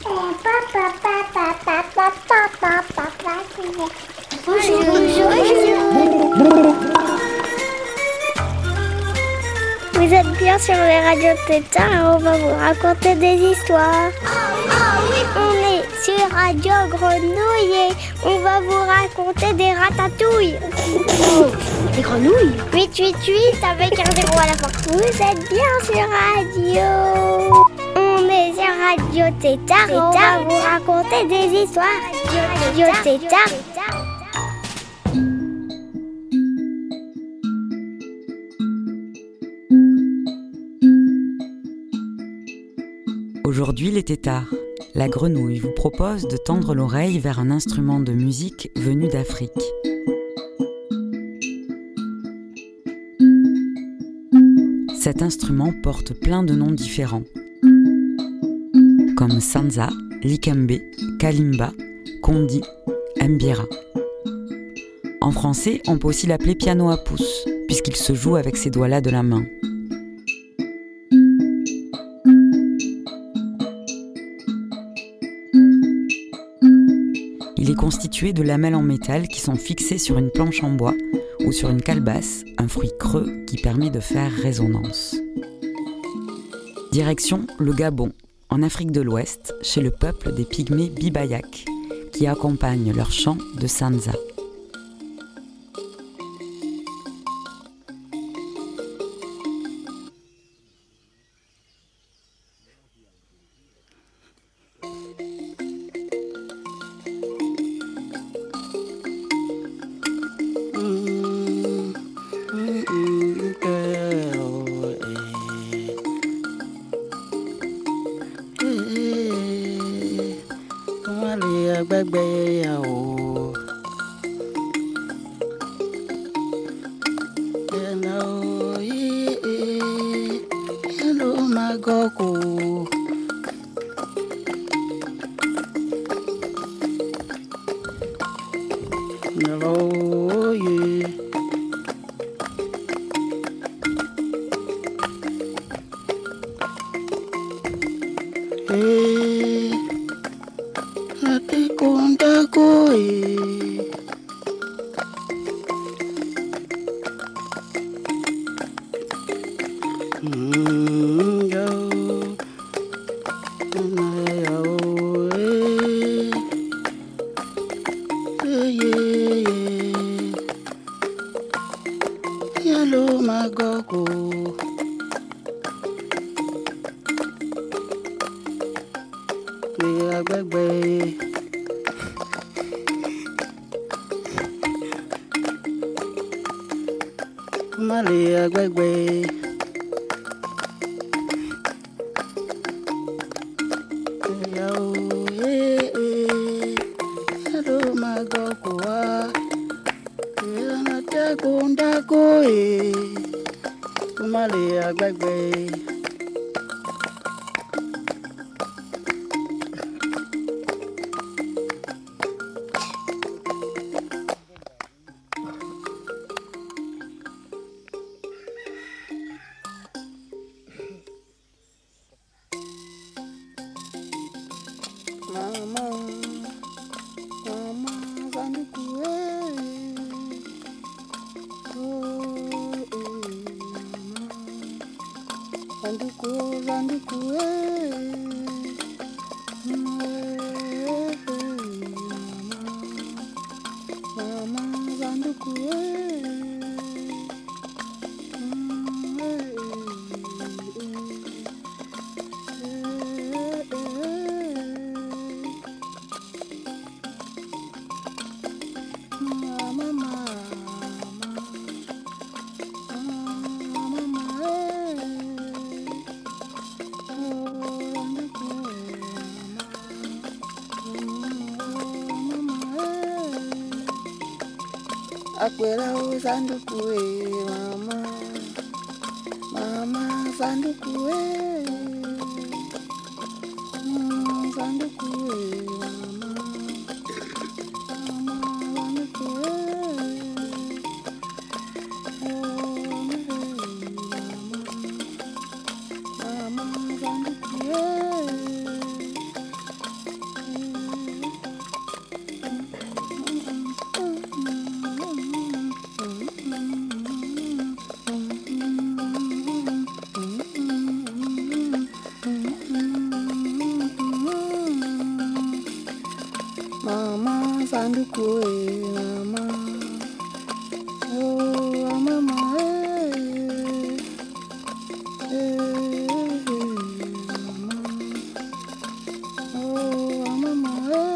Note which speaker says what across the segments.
Speaker 1: Vous êtes bien sur les radios Tétard et on va vous raconter des histoires. On est sur Radio Grenouille et on va vous raconter des ratatouilles.
Speaker 2: Des grenouilles
Speaker 1: 888 avec un 0 à la fin. Vous êtes bien sur Radio. On est sur Radio Tétard et on va vous raconter des histoires. Radio Tétard.
Speaker 3: Aujourd'hui les Tétards, la grenouille vous propose de tendre l'oreille vers un instrument de musique venu d'Afrique. Cet instrument porte plein de noms différents, comme Sanza, Likembe, Kalimba, Kondi, Mbira. En français, on peut aussi l'appeler piano à pouce, puisqu'il se joue avec ses doigts-là de la main. Il est constitué de lamelles en métal qui sont fixées sur une planche en bois ou sur une calebasse, un fruit creux qui permet de faire résonance. Direction le Gabon, en Afrique de l'Ouest, chez le peuple des pygmées Bibayak, qui accompagnent leur chant de Sanza.
Speaker 4: Akwela uzanduku mama, mama zanduku zanduku mama, mama zanduku mama zanduku sanduku mama. Oh mama mama. Oh mama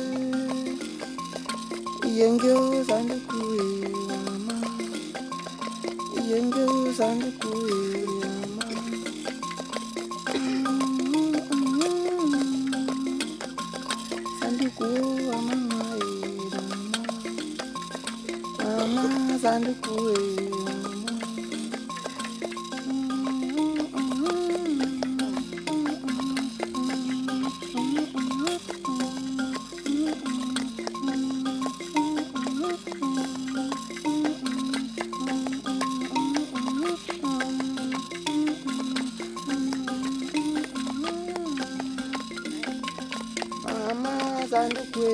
Speaker 4: yengyo sanduku mama. Yengyo sanduku mama. Sanduku mama mama sanduku mama sanduku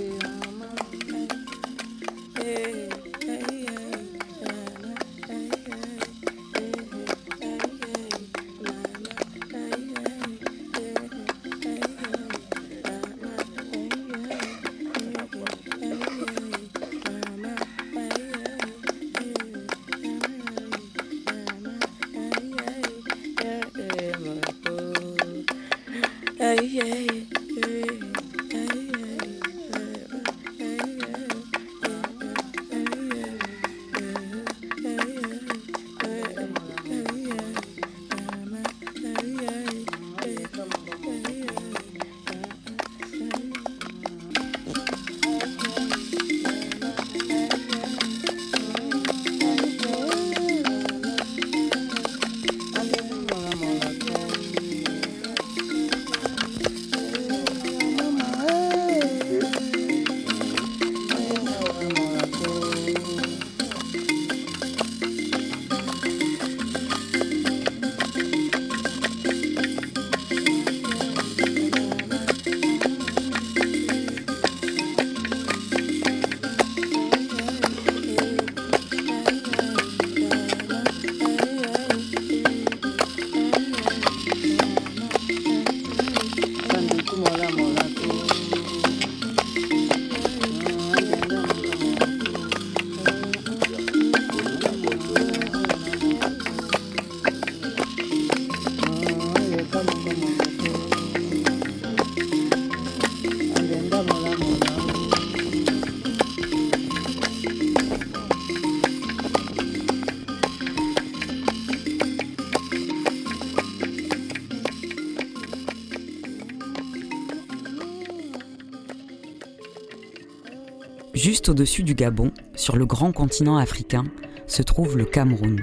Speaker 3: Juste au-dessus du Gabon, sur le grand continent africain, se trouve le Cameroun.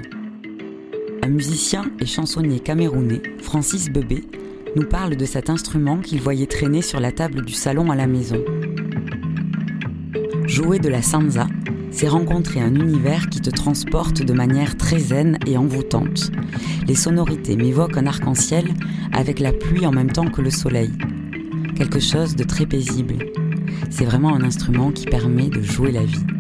Speaker 3: Un musicien et chansonnier camerounais, Francis Bebé, nous parle de cet instrument qu'il voyait traîner sur la table du salon à la maison. Jouer de la sanza, c'est rencontrer un univers qui te transporte de manière très zen et envoûtante. Les sonorités m'évoquent un arc-en-ciel avec la pluie en même temps que le soleil. Quelque chose de très paisible. C'est vraiment un instrument qui permet de jouer la vie.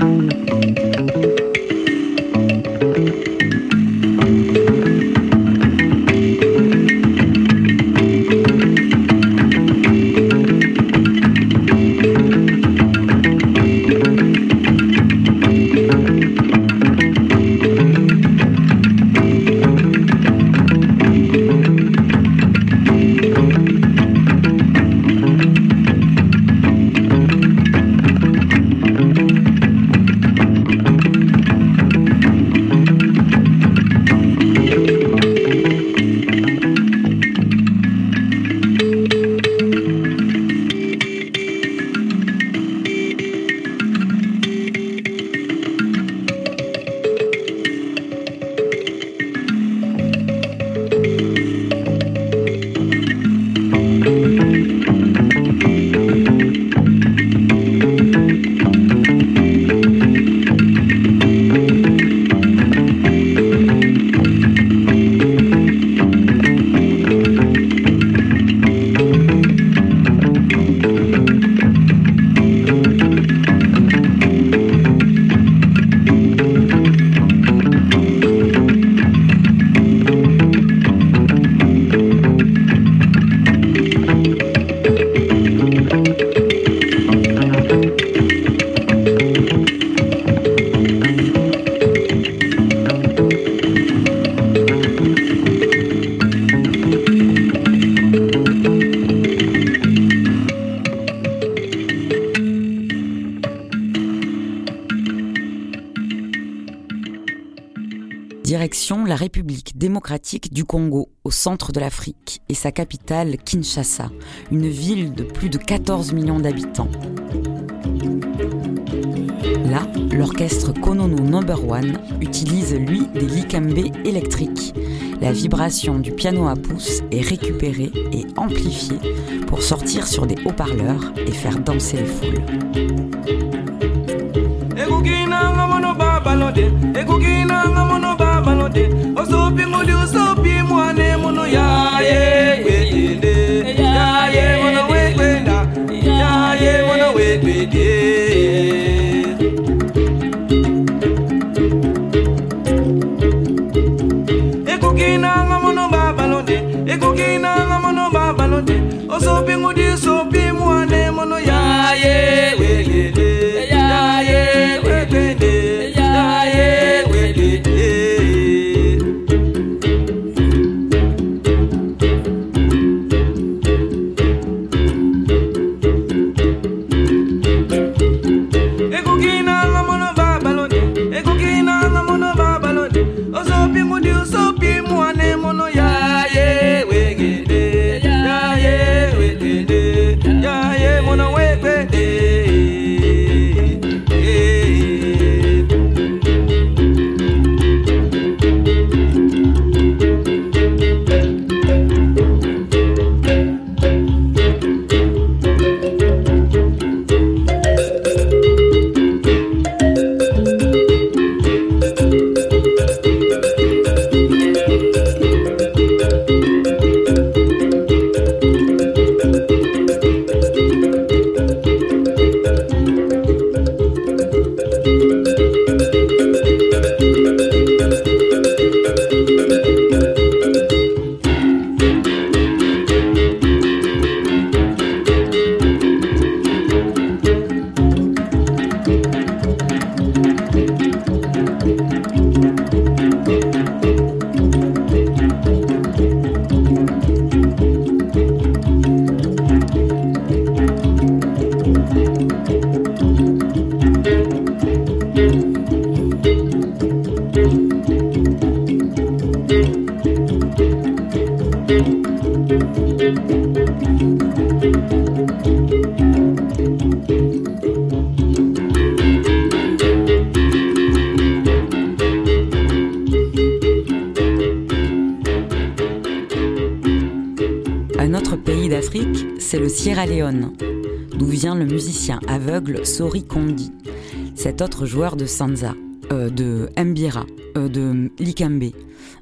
Speaker 3: Direction la République démocratique du Congo, au centre de l'Afrique, et sa capitale Kinshasa, une ville de plus de 14 millions d'habitants. Là, l'orchestre Konono No. 1 utilise, lui, des likembé électriques. La vibration du piano à pouce est récupérée et amplifiée pour sortir sur des haut-parleurs et faire danser les foules. Un autre pays d'Afrique, c'est le Sierra Leone, d'où vient le musicien aveugle Sori Kondi, cet autre joueur de sanza, de mbira, de likembé.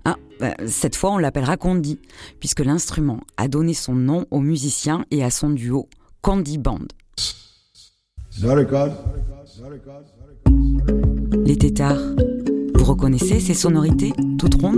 Speaker 3: Cette fois, on l'appellera Kondi, puisque l'instrument a donné son nom au musicien et à son duo Kondi Band.
Speaker 5: Is that a record?
Speaker 3: Les têtards, vous reconnaissez ces sonorités toutes rondes ?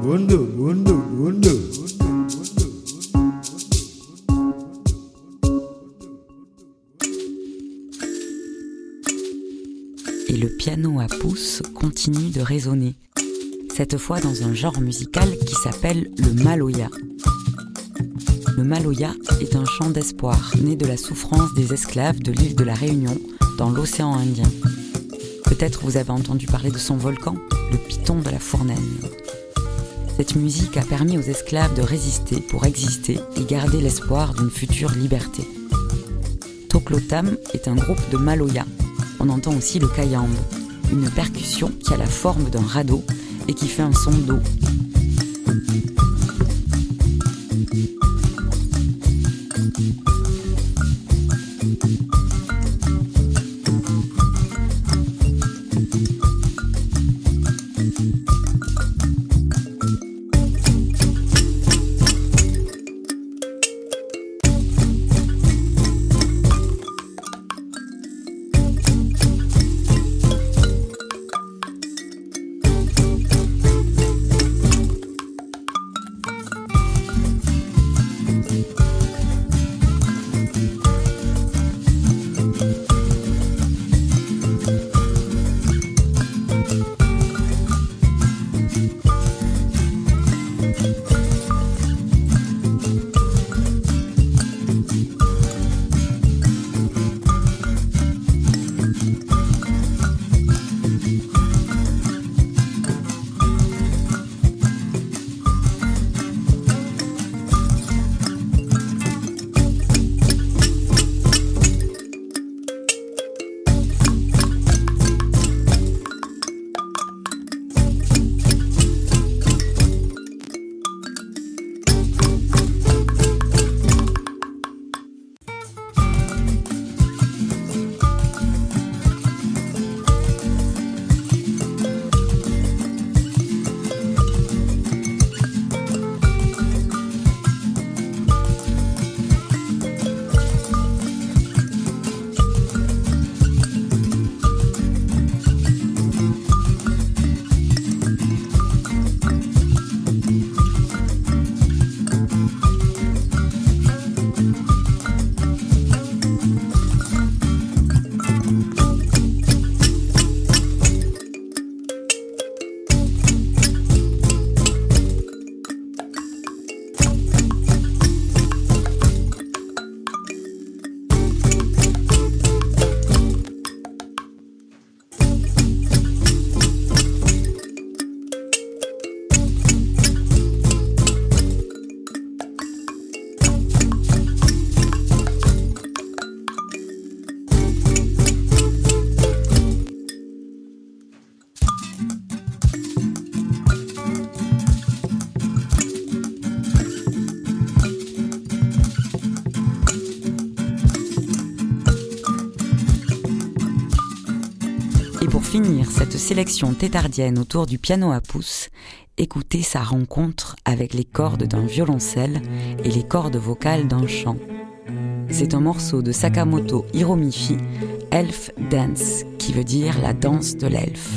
Speaker 3: Et le piano à pouce continue de résonner, cette fois dans un genre musical qui s'appelle le maloya. Le maloya est un chant d'espoir né de la souffrance des esclaves de l'île de la Réunion dans l'océan Indien. Peut-être vous avez entendu parler de son volcan, le Piton de la Fournaise. Cette musique a permis aux esclaves de résister pour exister et garder l'espoir d'une future liberté. Toklotam est un groupe de maloya. On entend aussi le kayambe, une percussion qui a la forme d'un radeau et qui fait un son d'eau. finir cette sélection thétardienne autour du piano à pouce, écoutez sa rencontre avec les cordes d'un violoncelle et les cordes vocales d'un chant. C'est un morceau de Sakamoto Hiromichi, Elf Dance, qui veut dire la danse de l'elfe.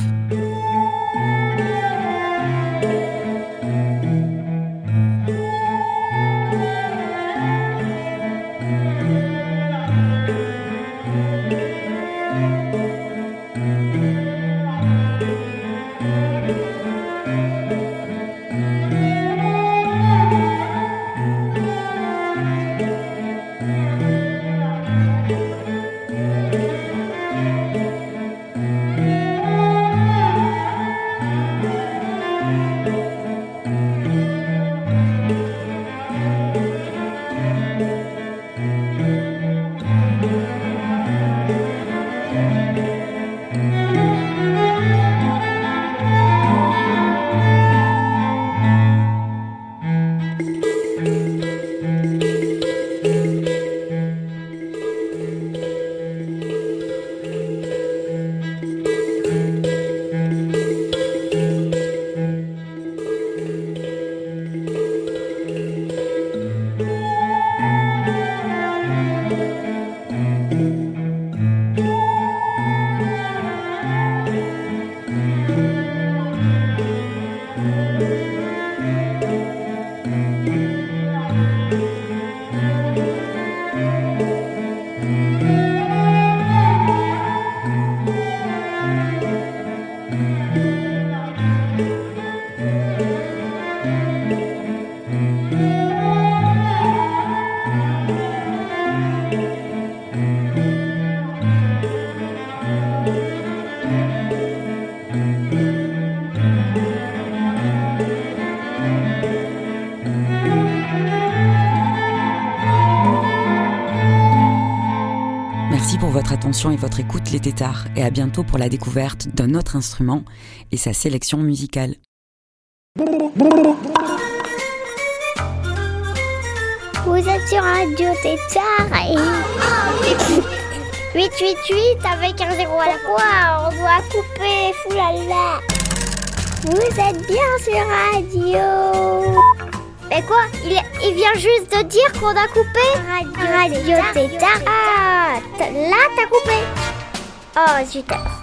Speaker 3: Merci pour votre attention et votre écoute les tétards, et à bientôt pour la découverte d'un autre instrument et sa sélection musicale.
Speaker 1: Vous êtes sur Radio Tétard et 888 avec un 0 à la fois, on doit couper, foulala. Vous êtes bien sur Radio. Mais quoi, il vient juste de dire qu'on a coupé Radio Tétard. Ah, là t'as coupé. Oh zut.